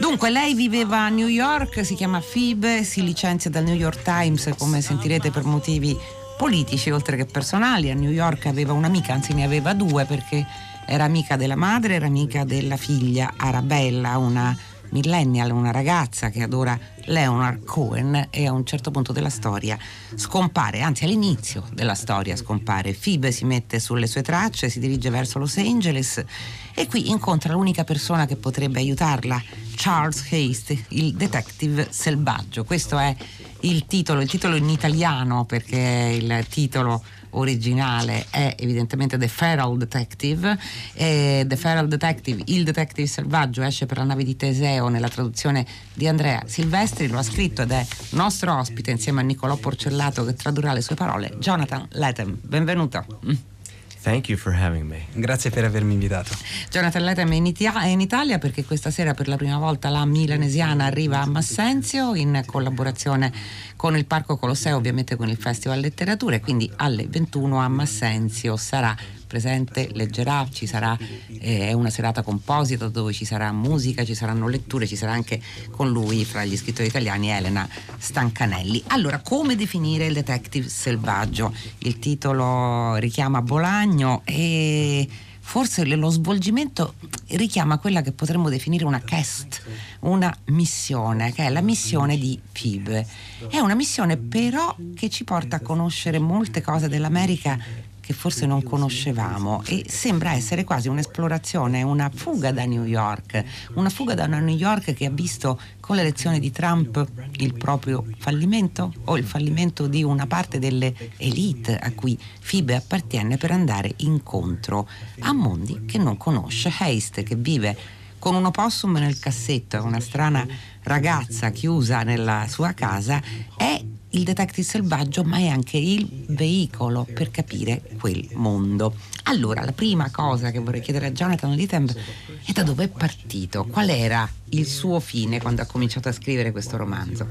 Dunque, lei viveva a New York, si chiama Phoebe, si licenzia dal New York Times, come sentirete, per motivi politici oltre che personali. A New York aveva un'amica, anzi ne aveva due, perché era amica della madre, era amica della figlia Arabella, una millennial, una ragazza che adora Leonard Cohen, e a un certo punto della storia scompare, anzi all'inizio della storia scompare. Phoebe si mette sulle sue tracce, si dirige verso Los Angeles e qui incontra l'unica persona che potrebbe aiutarla, Charles Haste, il detective selvaggio. Questo è il titolo in italiano, perché il titolo originale è evidentemente The Feral Detective. The Feral Detective, il detective selvaggio, esce per la nave di Teseo nella traduzione di Andrea Silvestri, lo ha scritto ed è nostro ospite insieme a Nicolò Porcellato che tradurrà le sue parole, Jonathan Lethem. Benvenuto. Thank you for having me. Grazie per avermi invitato. Jonathan Lethem è in Italia perché questa sera per la prima volta la Milanesiana arriva a Massenzio in collaborazione con il Parco Colosseo, ovviamente con il Festival Letteratura, e quindi alle 21 a Massenzio sarà presente, leggerà, ci sarà, è una serata composita dove ci sarà musica, ci saranno letture, ci sarà anche con lui fra gli scrittori italiani Elena Stancanelli. Allora, come definire il detective selvaggio? Il titolo richiama Bolagno e forse lo svolgimento richiama quella che potremmo definire una quest, una missione, che è la missione di Phoebe. È una missione però che ci porta a conoscere molte cose dell'America che forse non conoscevamo, e sembra essere quasi un'esplorazione, una fuga da New York, una fuga da una New York che ha visto con l'elezione di Trump il proprio fallimento o il fallimento di una parte delle elite a cui Phoebe appartiene, per andare incontro a mondi che non conosce. Haste, che vive con un opossum nel cassetto, è una strana ragazza chiusa nella sua casa, è il detective selvaggio, ma è anche il veicolo per capire quel mondo. Allora, la prima cosa che vorrei chiedere a Jonathan Lethem è da dove è partito, qual era il suo fine quando ha cominciato a scrivere questo romanzo.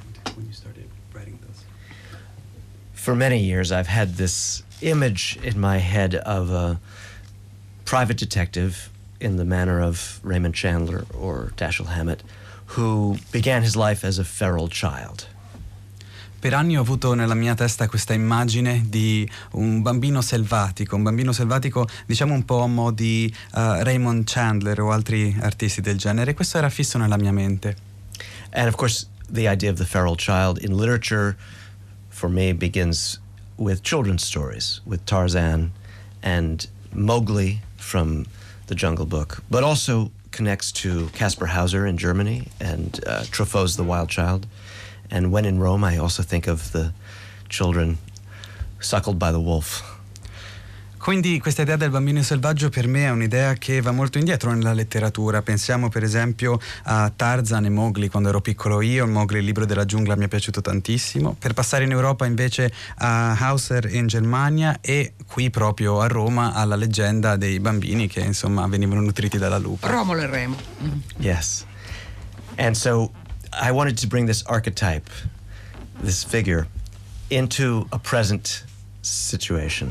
For many years I've had this image in my head of a private detective in the manner of Raymond Chandler or Dashiell Hammett, who began his life as a feral child. Per anni ho avuto nella mia testa questa immagine di un bambino selvatico diciamo un po' a mo' di Raymond Chandler o altri artisti del genere. Questo era fisso nella mia mente. And of course the idea of the feral child in literature for me begins with children's stories, with Tarzan and Mowgli from the Jungle Book, but also connects to Caspar Hauser in Germany and Truffaut's The Wild Child. And when in Rome, I also think of the children suckled by the wolf. Quindi questa idea del bambino selvaggio per me è un'idea che va molto indietro nella letteratura. Pensiamo per esempio a Tarzan e Mowgli quando ero piccolo io. Mowgli, il libro della giungla, mi è piaciuto tantissimo. Per passare in Europa invece a Hauser in Germania, e qui proprio a Roma alla leggenda dei bambini che insomma venivano nutriti dalla lupa. Romolo e Remo. Yes. And so I wanted to bring this archetype, this figure, into a present situation.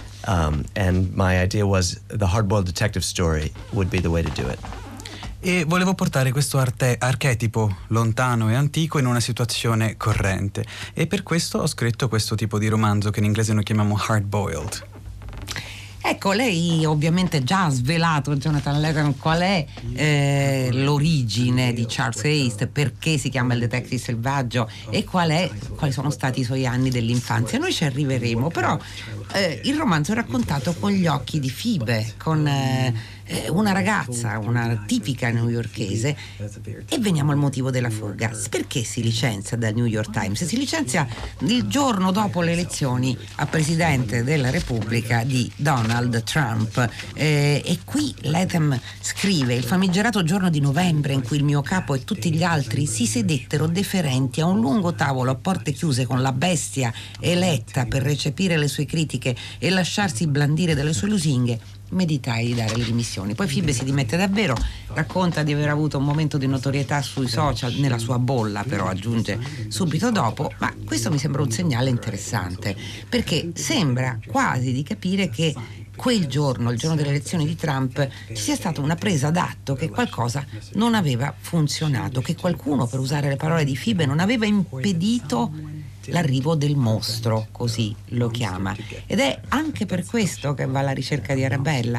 And my idea was the hard-boiled detective story would be the way to do it. E volevo portare questo archetipo lontano e antico in una situazione corrente. E per questo ho scritto questo tipo di romanzo che in inglese noi chiamiamo hard-boiled. Ecco, lei ovviamente già ha svelato, Jonathan Lethem, qual è l'origine di Charles Haste, perché si chiama il detective selvaggio e quali sono stati i suoi anni dell'infanzia. Noi ci arriveremo, però il romanzo è raccontato con gli occhi di Phoebe, con una ragazza, una tipica newyorkese, e veniamo al motivo della fuga. Perché si licenzia dal New York Times? Si licenzia il giorno dopo le elezioni a presidente della Repubblica di Donald Trump, e qui Lethem scrive: il famigerato giorno di novembre in cui il mio capo e tutti gli altri si sedettero deferenti a un lungo tavolo a porte chiuse con la bestia eletta per recepire le sue critiche e lasciarsi blandire dalle sue lusinghe, meditai di dare le dimissioni. Poi Phoebe si dimette davvero, racconta di aver avuto un momento di notorietà sui social, nella sua bolla però, aggiunge subito dopo, ma questo mi sembra un segnale interessante, perché sembra quasi di capire che quel giorno, il giorno delle elezioni di Trump, ci sia stata una presa d'atto che qualcosa non aveva funzionato, che qualcuno, per usare le parole di Phoebe, non aveva impedito l'arrivo del mostro, così lo chiama. Ed è anche per questo che va alla ricerca di Arabella.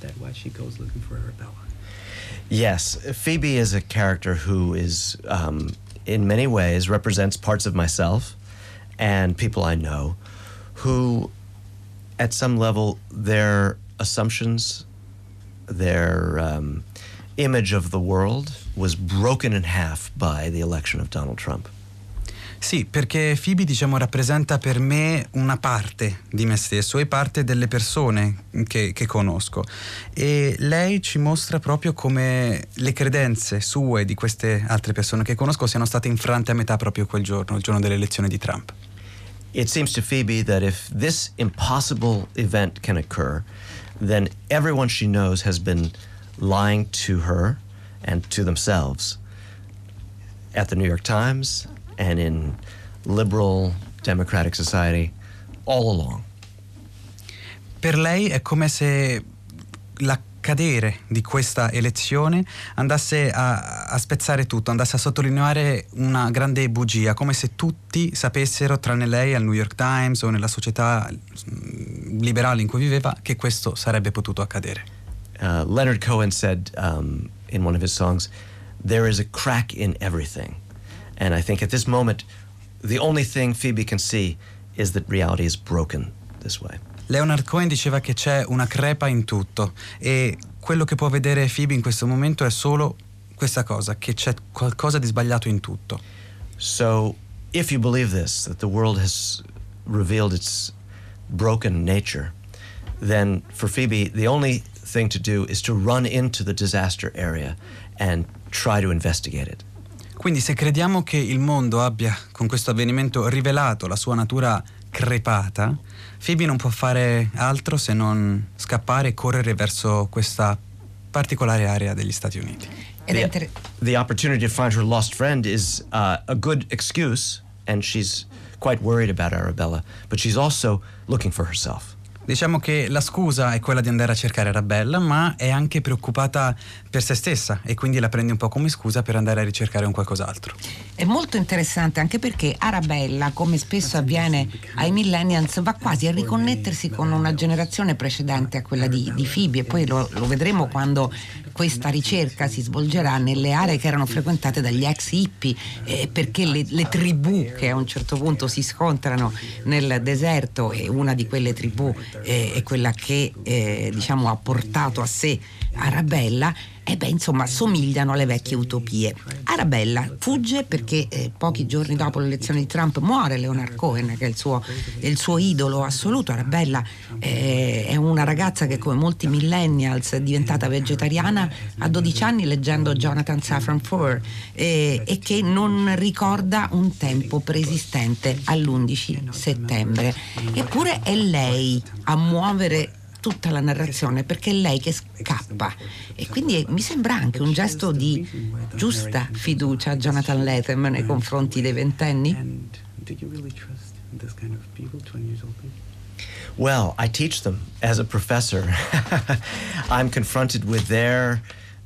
Yes, Phoebe is a character who is, in many ways, represents parts of myself and people I know who, at some level, their assumptions, their image of the world was broken in half by the election of Donald Trump. Sì, perché Phoebe, diciamo, rappresenta per me una parte di me stesso e parte delle persone che conosco, e lei ci mostra proprio come le credenze sue di queste altre persone che conosco siano state infrante a metà proprio quel giorno, il giorno delle elezioni di Trump. It seems to Phoebe that if this impossible event can occur, then everyone she knows has been lying to her and to themselves at the New York Times and in liberal democratic society all along. Per lei è come se l'accadere di questa elezione andasse a spezzare tutto, andasse a sottolineare una grande bugia, come se tutti sapessero, tranne lei, al New York Times o nella società liberale in cui viveva, che questo sarebbe potuto accadere. Leonard Cohen said in one of his songs, "There is a crack in everything." And I think at this moment, the only thing Phoebe can see is that reality is broken this way. Leonard Cohen diceva che c'è una crepa in tutto, e quello che può vedere Phoebe in questo momento è solo questa cosa, che c'è qualcosa di sbagliato in tutto. So if you believe this, that the world has revealed its broken nature, then for Phoebe, the only thing to do is to run into the disaster area and try to investigate it. Quindi se crediamo che il mondo abbia con questo avvenimento rivelato la sua natura crepata, Phoebe non può fare altro se non scappare e correre verso questa particolare area degli Stati Uniti. The opportunity to find her lost friend is a good excuse, and she's quite worried about Arabella, but she's also looking for herself. Diciamo che la scusa è quella di andare a cercare Arabella, ma è anche preoccupata per se stessa, e quindi la prende un po' come scusa per andare a ricercare un qualcos'altro. È molto interessante anche perché Arabella, come spesso avviene ai millennials, va quasi a riconnettersi con una generazione precedente a quella di Phoebe, e poi lo vedremo quando questa ricerca si svolgerà nelle aree che erano frequentate dagli ex hippie, perché le tribù che a un certo punto si scontrano nel deserto, e una di quelle tribù è quella che diciamo ha portato a sé Arabella, insomma somigliano alle vecchie utopie. Arabella fugge perché pochi giorni dopo l'elezione di Trump muore Leonard Cohen, che è il suo idolo assoluto. Arabella è una ragazza che, come molti millennials, è diventata vegetariana a 12 anni leggendo Jonathan Safran Foer, e che non ricorda un tempo preesistente all'11 settembre. Eppure è lei a muovere tutta la narrazione, perché è lei che scappa, e quindi mi sembra anche un gesto di giusta fiducia a Jonathan Lethem nei confronti dei ventenni. Well, I teach them as a professor. I'm confronted with their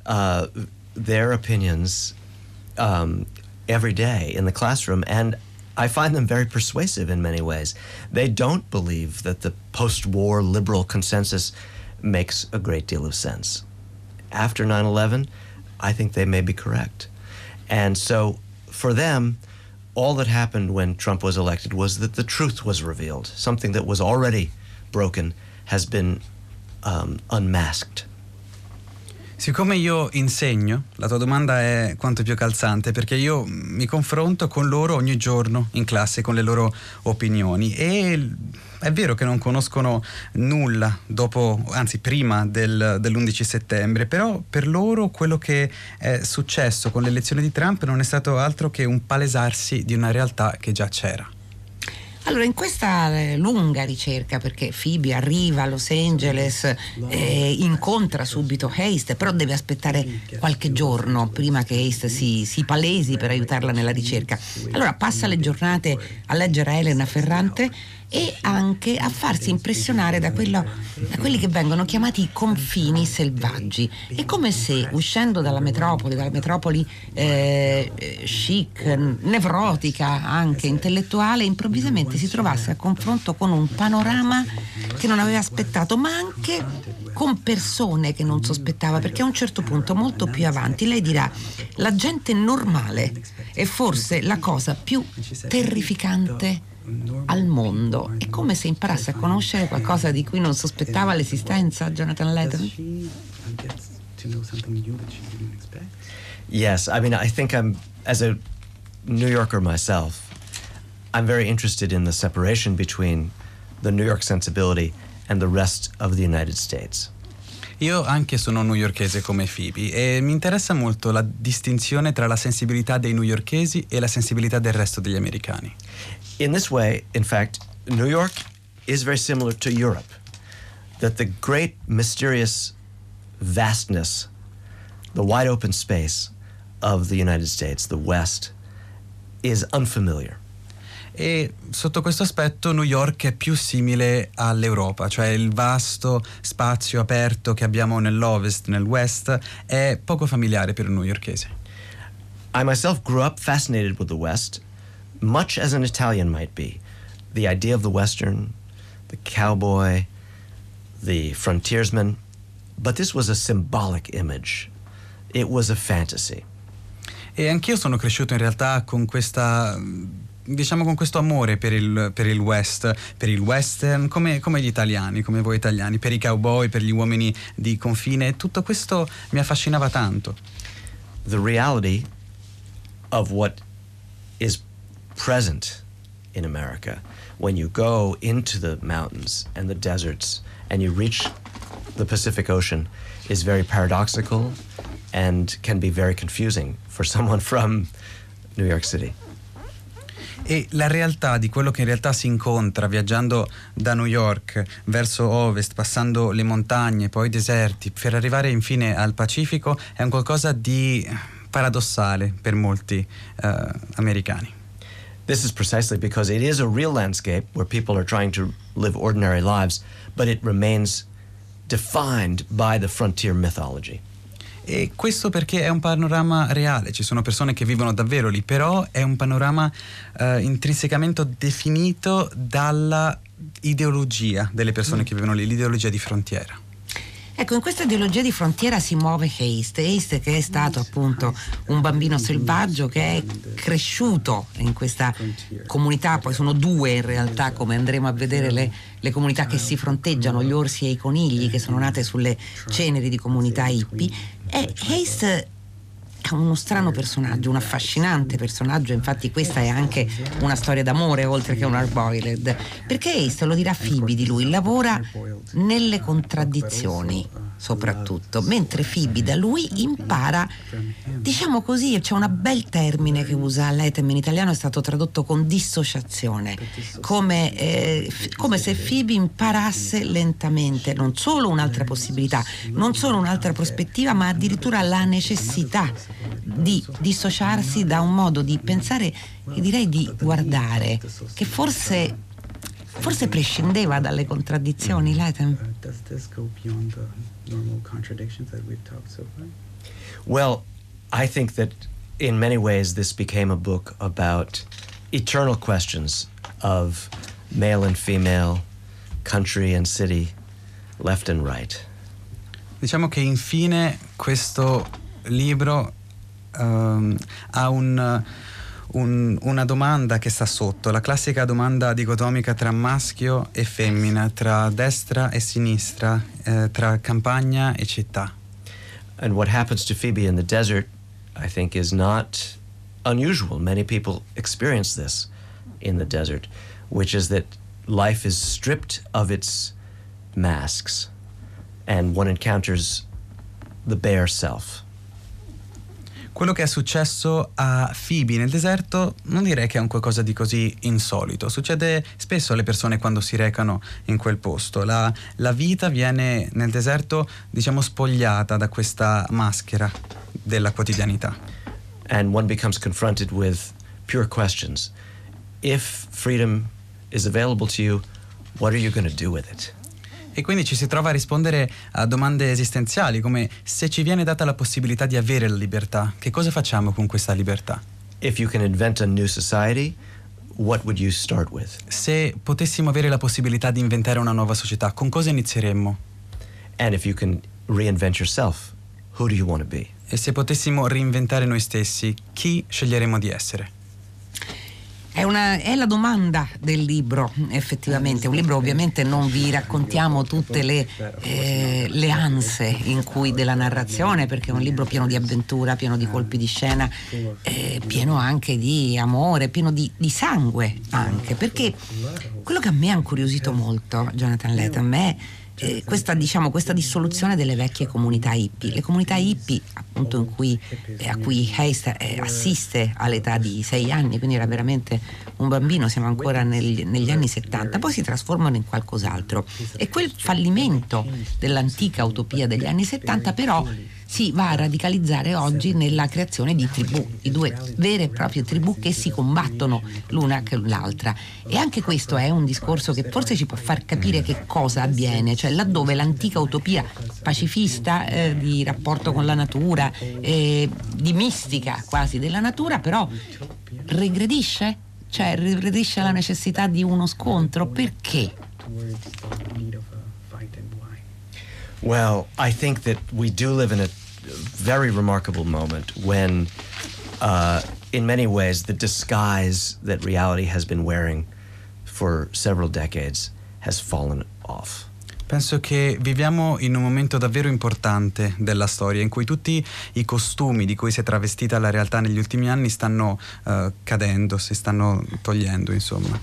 opinions every day in the classroom, and I find them very persuasive in many ways. They don't believe that the post-war liberal consensus makes a great deal of sense. After 9/11, I think they may be correct. And so for them, all that happened when Trump was elected was that the truth was revealed. Something that was already broken has been unmasked. Siccome io insegno, la tua domanda è quanto più calzante, perché io mi confronto con loro ogni giorno in classe con le loro opinioni, e è vero che non conoscono nulla dopo, anzi prima dell'11 settembre, però per loro quello che è successo con l'elezione di Trump non è stato altro che un palesarsi di una realtà che già c'era. Allora, in questa lunga ricerca, perché Phoebe arriva a Los Angeles, incontra subito Heist, però deve aspettare qualche giorno prima che Heist si palesi per aiutarla nella ricerca. Allora passa le giornate a leggere Elena Ferrante e anche a farsi impressionare da quelli che vengono chiamati i confini selvaggi. È come se, uscendo dalla metropoli chic, nevrotica, anche intellettuale, improvvisamente si trovasse a confronto con un panorama che non aveva aspettato, ma anche con persone che non sospettava, perché a un certo punto, molto più avanti, lei dirà: la gente normale è forse la cosa più terrificante al mondo. È come se imparasse a conoscere qualcosa di cui non sospettava l'esistenza, Jonathan Lethem. Yes, I mean, I think as a New Yorker myself, I'm very interested in the separation between the New York sensibility and the rest of the United States. Io anche sono newyorkese come Phoebe e mi interessa molto la distinzione tra la sensibilità dei newyorkesi e la sensibilità del resto degli americani. In this way, in fact, New York is very similar to Europe. That the great mysterious vastness, the wide open space of the United States, the West, is unfamiliar. E sotto questo aspetto New York è più simile all'Europa, cioè il vasto spazio aperto che abbiamo nell'Ovest, nel West, è poco familiare per un newyorkese. I myself grew up fascinated with the West, much as an Italian might be. The idea of the Western, the cowboy, the frontiersman, but this was a symbolic image. It was a fantasy. E anch'io sono cresciuto in realtà con questa, diciamo, con questo amore per il West, per il western, come gli italiani, come voi italiani, per i cowboy, per gli uomini di confine. Tutto questo mi affascinava tanto. The reality of what is present in America when you go into the mountains and the deserts and you reach the Pacific Ocean is very paradoxical and can be very confusing for someone from New York City. E la realtà di quello che in realtà si incontra viaggiando da New York verso ovest, passando le montagne, poi i deserti, per arrivare infine al Pacifico, è un qualcosa di paradossale per molti americani. This is precisely because it is a real landscape where people are trying to live ordinary lives, but it remains defined by the frontier mythology. E questo perché è un panorama reale, ci sono persone che vivono davvero lì, però è un panorama intrinsecamente definito dalla ideologia delle persone che vivono lì, l'ideologia di frontiera. Ecco, in questa ideologia di frontiera si muove Heist che è stato appunto un bambino selvaggio che è cresciuto in questa comunità, poi sono due in realtà, come andremo a vedere le comunità che si fronteggiano, gli orsi e i conigli, che sono nate sulle ceneri di comunità hippie. E Heist è uno strano personaggio, un affascinante personaggio, infatti questa è anche una storia d'amore oltre che un hard-boiled, perché Heist, lo dirà Phoebe di lui, lavora nelle contraddizioni soprattutto, mentre Phoebe da lui impara, diciamo così, c'è un bel termine che usa Lethem in italiano, è stato tradotto con dissociazione, come se Phoebe imparasse lentamente non solo un'altra possibilità, non solo un'altra prospettiva, ma addirittura la necessità di dissociarsi da un modo di pensare e direi di guardare che forse prescindeva dalle contraddizioni. Lethem. Well, I think that in many ways this became a book about eternal questions of male and female, country and city, left and right. Diciamo che infine questo libro ha una domanda che sta sotto, la classica domanda dicotomica tra maschio e femmina, tra destra e sinistra, tra campagna e città. And what happens to Phoebe in the desert, I think, is not unusual. Many people experience this in the desert, which is that life is stripped of its masks and one encounters the bare self. Quello che è successo a Phoebe nel deserto non direi che è un qualcosa di così insolito. Succede spesso alle persone quando si recano in quel posto. La vita viene nel deserto, diciamo, spogliata da questa maschera della quotidianità. And one becomes confronted with pure questions. If freedom is available to you, what are you going to do with it? E quindi ci si trova a rispondere a domande esistenziali come: se ci viene data la possibilità di avere la libertà, che cosa facciamo con questa libertà? If you can invent a new society, what would you start with? Se potessimo avere la possibilità di inventare una nuova società, con cosa inizieremmo? And if you can reinvent yourself, who do you want to be? E se potessimo reinventare noi stessi, chi sceglieremmo di essere? È la domanda del libro, effettivamente. Un libro, ovviamente non vi raccontiamo tutte le anse in cui della narrazione, perché è un libro pieno di avventura, pieno di colpi di scena, pieno anche di amore, pieno di sangue anche, perché quello che a me ha incuriosito molto, Jonathan Lethem, è questa dissoluzione delle vecchie comunità hippie. Le comunità hippie, appunto, a cui Hayes assiste all'età di 6 anni, quindi era veramente un bambino, siamo ancora negli anni 70, poi si trasformano in qualcos'altro, e quel fallimento dell'antica utopia degli anni 70 però si va a radicalizzare oggi nella creazione di tribù, di 2 vere e proprie tribù che si combattono l'una con l'altra. E anche questo è un discorso che forse ci può far capire che cosa avviene, cioè laddove l'antica utopia pacifista di rapporto con la natura, di mistica quasi della natura, però regredisce, cioè regredisce alla necessità di uno scontro. Perché? Well, I think that we do live in a very remarkable moment when, in many ways, the disguise that reality has been wearing for several decades has fallen off. Penso che viviamo in un momento davvero importante della storia, in cui tutti i costumi di cui si è travestita la realtà negli ultimi anni stanno cadendo, si stanno togliendo, insomma.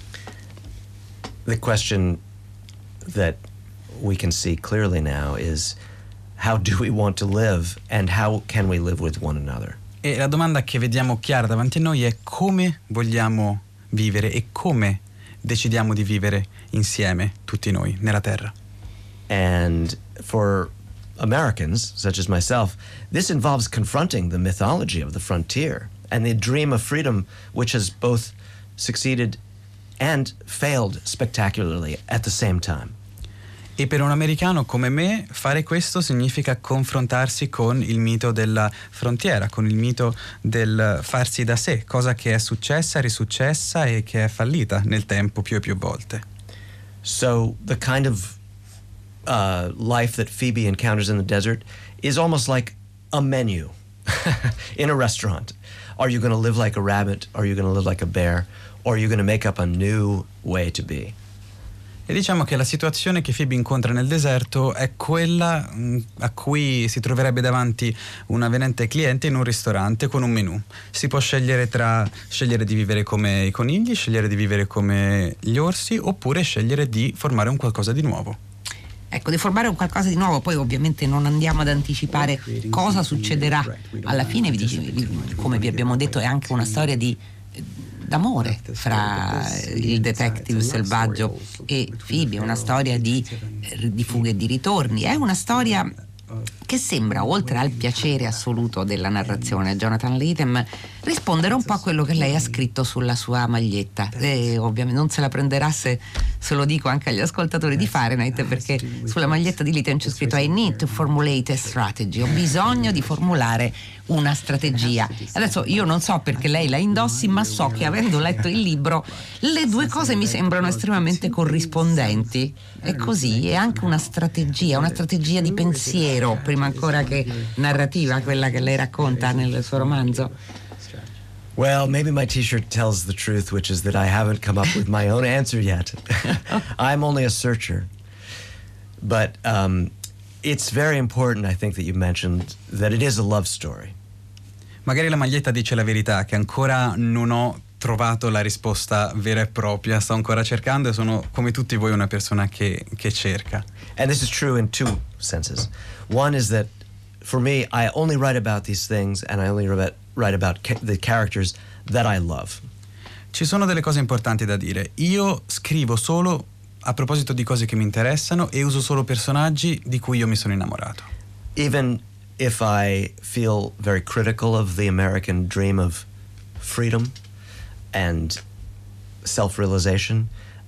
The question that we can see clearly now is, how do we want to live and how can we live with one another? E la domanda che vediamo chiara davanti a noi è: come vogliamo vivere e come decidiamo di vivere insieme tutti noi nella terra? And for Americans, such as myself, this involves confronting the mythology of the frontier and the dream of freedom, which has both succeeded and failed spectacularly at the same time. E per un americano come me fare questo significa confrontarsi con il mito della frontiera, con il mito del farsi da sé, cosa che è successa, risuccessa e che è fallita nel tempo più e più volte. So the kind of life that Phoebe encounters in the desert is almost like a menu in a restaurant. Are you going to live like a rabbit? Are you going to live like a bear? Or are you going to make up a new way to be? E diciamo che la situazione che Phoebe incontra nel deserto è quella a cui si troverebbe davanti un avvenente cliente in un ristorante con un menù. Si può scegliere tra scegliere di vivere come i conigli, scegliere di vivere come gli orsi, oppure scegliere di formare un qualcosa di nuovo. Ecco, di formare un qualcosa di nuovo. Poi ovviamente non andiamo ad anticipare cosa succederà alla fine. Come vi abbiamo detto, è anche una storia d'amore fra il detective selvaggio e Phoebe, è una storia di fughe e di ritorni, è una storia che sembra, oltre al piacere assoluto della narrazione a Jonathan Lethem, rispondere un po' a quello che lei ha scritto sulla sua maglietta. E ovviamente non se la prenderà se lo dico anche agli ascoltatori di Fahrenheit, perché sulla maglietta di Lethem c'è scritto: I need to formulate a strategy, ho bisogno di formulare una strategia. Adesso io non so perché lei la indossi, ma so che avendo letto il libro le 2 cose mi sembrano estremamente corrispondenti. È così, è anche una strategia di pensiero, prima ancora che narrativa, quella che lei racconta nel suo romanzo. Well, maybe my t-shirt tells the truth, which is that I haven't come up with my own answer yet. I'm only a searcher. But it's very important, I think, that you mentioned that it is a love story. Magari la maglietta dice la verità, che ancora non ho trovato la risposta vera e propria, sto ancora cercando e sono, come tutti voi, una persona che cerca. And this is true in 2 senses. One is that for me, I only write about these things and I only write about the characters that I love. Ci sono delle cose importanti da dire. Io scrivo solo a proposito di cose che mi interessano e uso solo personaggi di cui io mi sono innamorato. Even if I feel very critical of the American dream of freedom and self-realization,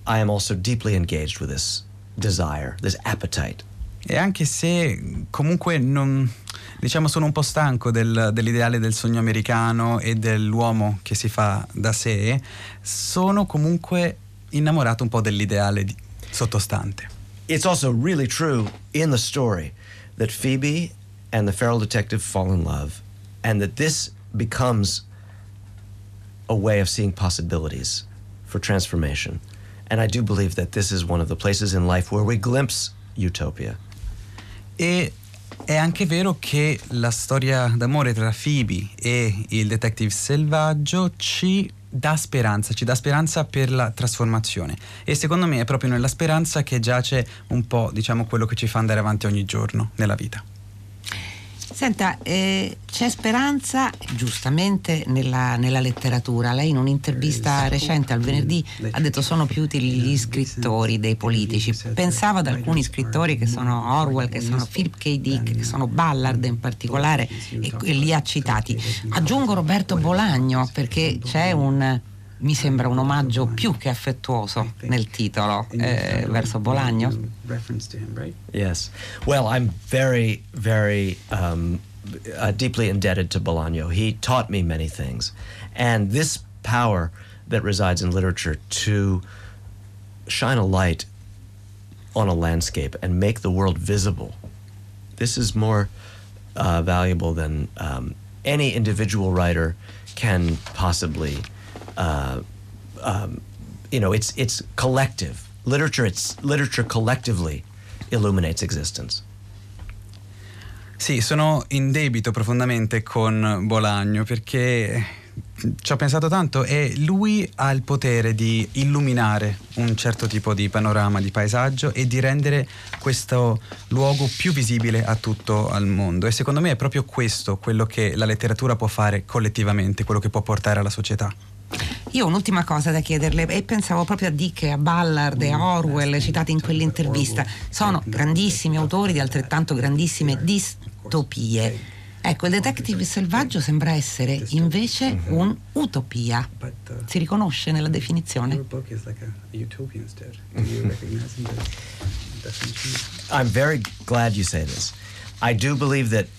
I am also deeply engaged with this desire, this appetite. E anche se comunque non, diciamo, sono un po' stanco dell'ideale del sogno americano e dell'uomo che si fa da sé, sono comunque innamorato un po' dell'ideale sottostante. It's also really true in the story that Phoebe and the feral detective fall in love, and that this becomes a way of seeing possibilities for transformation. And I do believe that this is one of the places in life where we glimpse utopia. E è anche vero che la storia d'amore tra Phoebe e il detective selvaggio ci dà speranza per la trasformazione, e secondo me è proprio nella speranza che giace un po', diciamo, quello che ci fa andare avanti ogni giorno nella vita. Senta, c'è speranza giustamente nella letteratura. Lei in un'intervista recente al Venerdì ha detto sono più utili gli scrittori dei politici. Pensava ad alcuni scrittori che sono Orwell, che sono Philip K. Dick, che sono Ballard in particolare, e li ha citati. Aggiungo Roberto Bolaño, perché c'è mi sembra un omaggio più che affettuoso nel titolo verso Bolaño. Yes. Well, I'm very, very deeply indebted to Bolaño. He taught me many things. And this power that resides in literature to shine a light on a landscape and make the world visible, this is more valuable than any individual writer can possibly it's collective. Literature collectively illuminates existence. Sì, sono in debito profondamente con Bolaño perché ci ho pensato tanto e lui ha il potere di illuminare un certo tipo di panorama, di paesaggio e di rendere questo luogo più visibile a tutto al mondo, e secondo me è proprio questo quello che la letteratura può fare collettivamente, quello che può portare alla società. Io ho un'ultima cosa da chiederle, e pensavo proprio a Dick, a Ballard e a Orwell citati in quell'intervista. Sono grandissimi autori di altrettanto grandissime distopie. Ecco, il detective selvaggio sembra essere invece un'utopia. Si riconosce nella definizione? I'm very glad you say this. I do believe that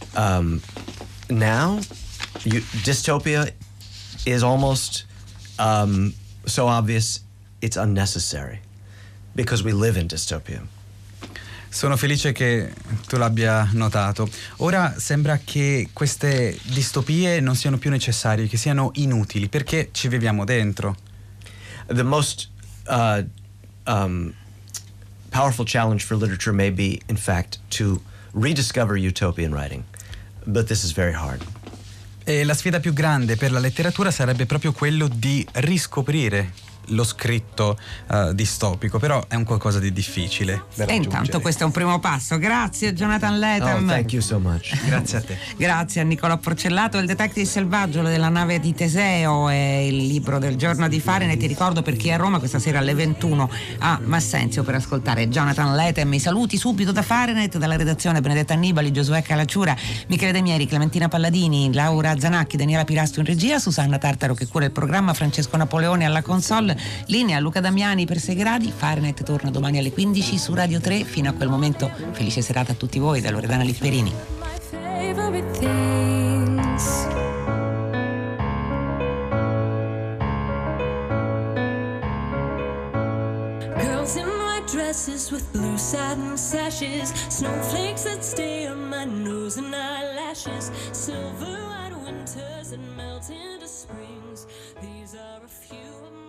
now dystopia is almost so obvious it's unnecessary because we live in dystopia. Sono felice che tu l'abbia notato. Ora sembra che queste distopie non siano più necessarie, che siano inutili, perché ci viviamo dentro. The most powerful challenge for literature may be, in fact, to rediscover utopian writing. But this is very hard. E la sfida più grande per la letteratura sarebbe proprio quello di riscoprire lo scritto distopico, però è un qualcosa di difficile da raggiungere. E intanto questo è un primo passo. Grazie Jonathan Lethem. Oh, thank you so much. Grazie a te. Grazie a Nicolò Porcellato. Il detective selvaggio della nave di Teseo è il libro del giorno di Fahrenheit. Ti ricordo, per chi è a Roma, questa sera alle 21 a Massenzio per ascoltare Jonathan Lethem. I saluti subito da Fahrenheit, dalla redazione Benedetta Annibali, Giosuè Calacciura, Michele Demieri, Clementina Palladini, Laura Zanacchi, Daniela Pirasto in regia, Susanna Tartaro che cura il programma, Francesco Napoleone alla console. Linea Luca Damiani per 6 gradi. Fahrenheit torna domani alle 15 su Radio 3. Fino a quel momento, felice serata a tutti voi da Loredana Lipperini. Girls in white dresses with blue satin sashes, snowflakes that stay on my nose and eyelashes, silver white winters that melt into springs. These are a few of my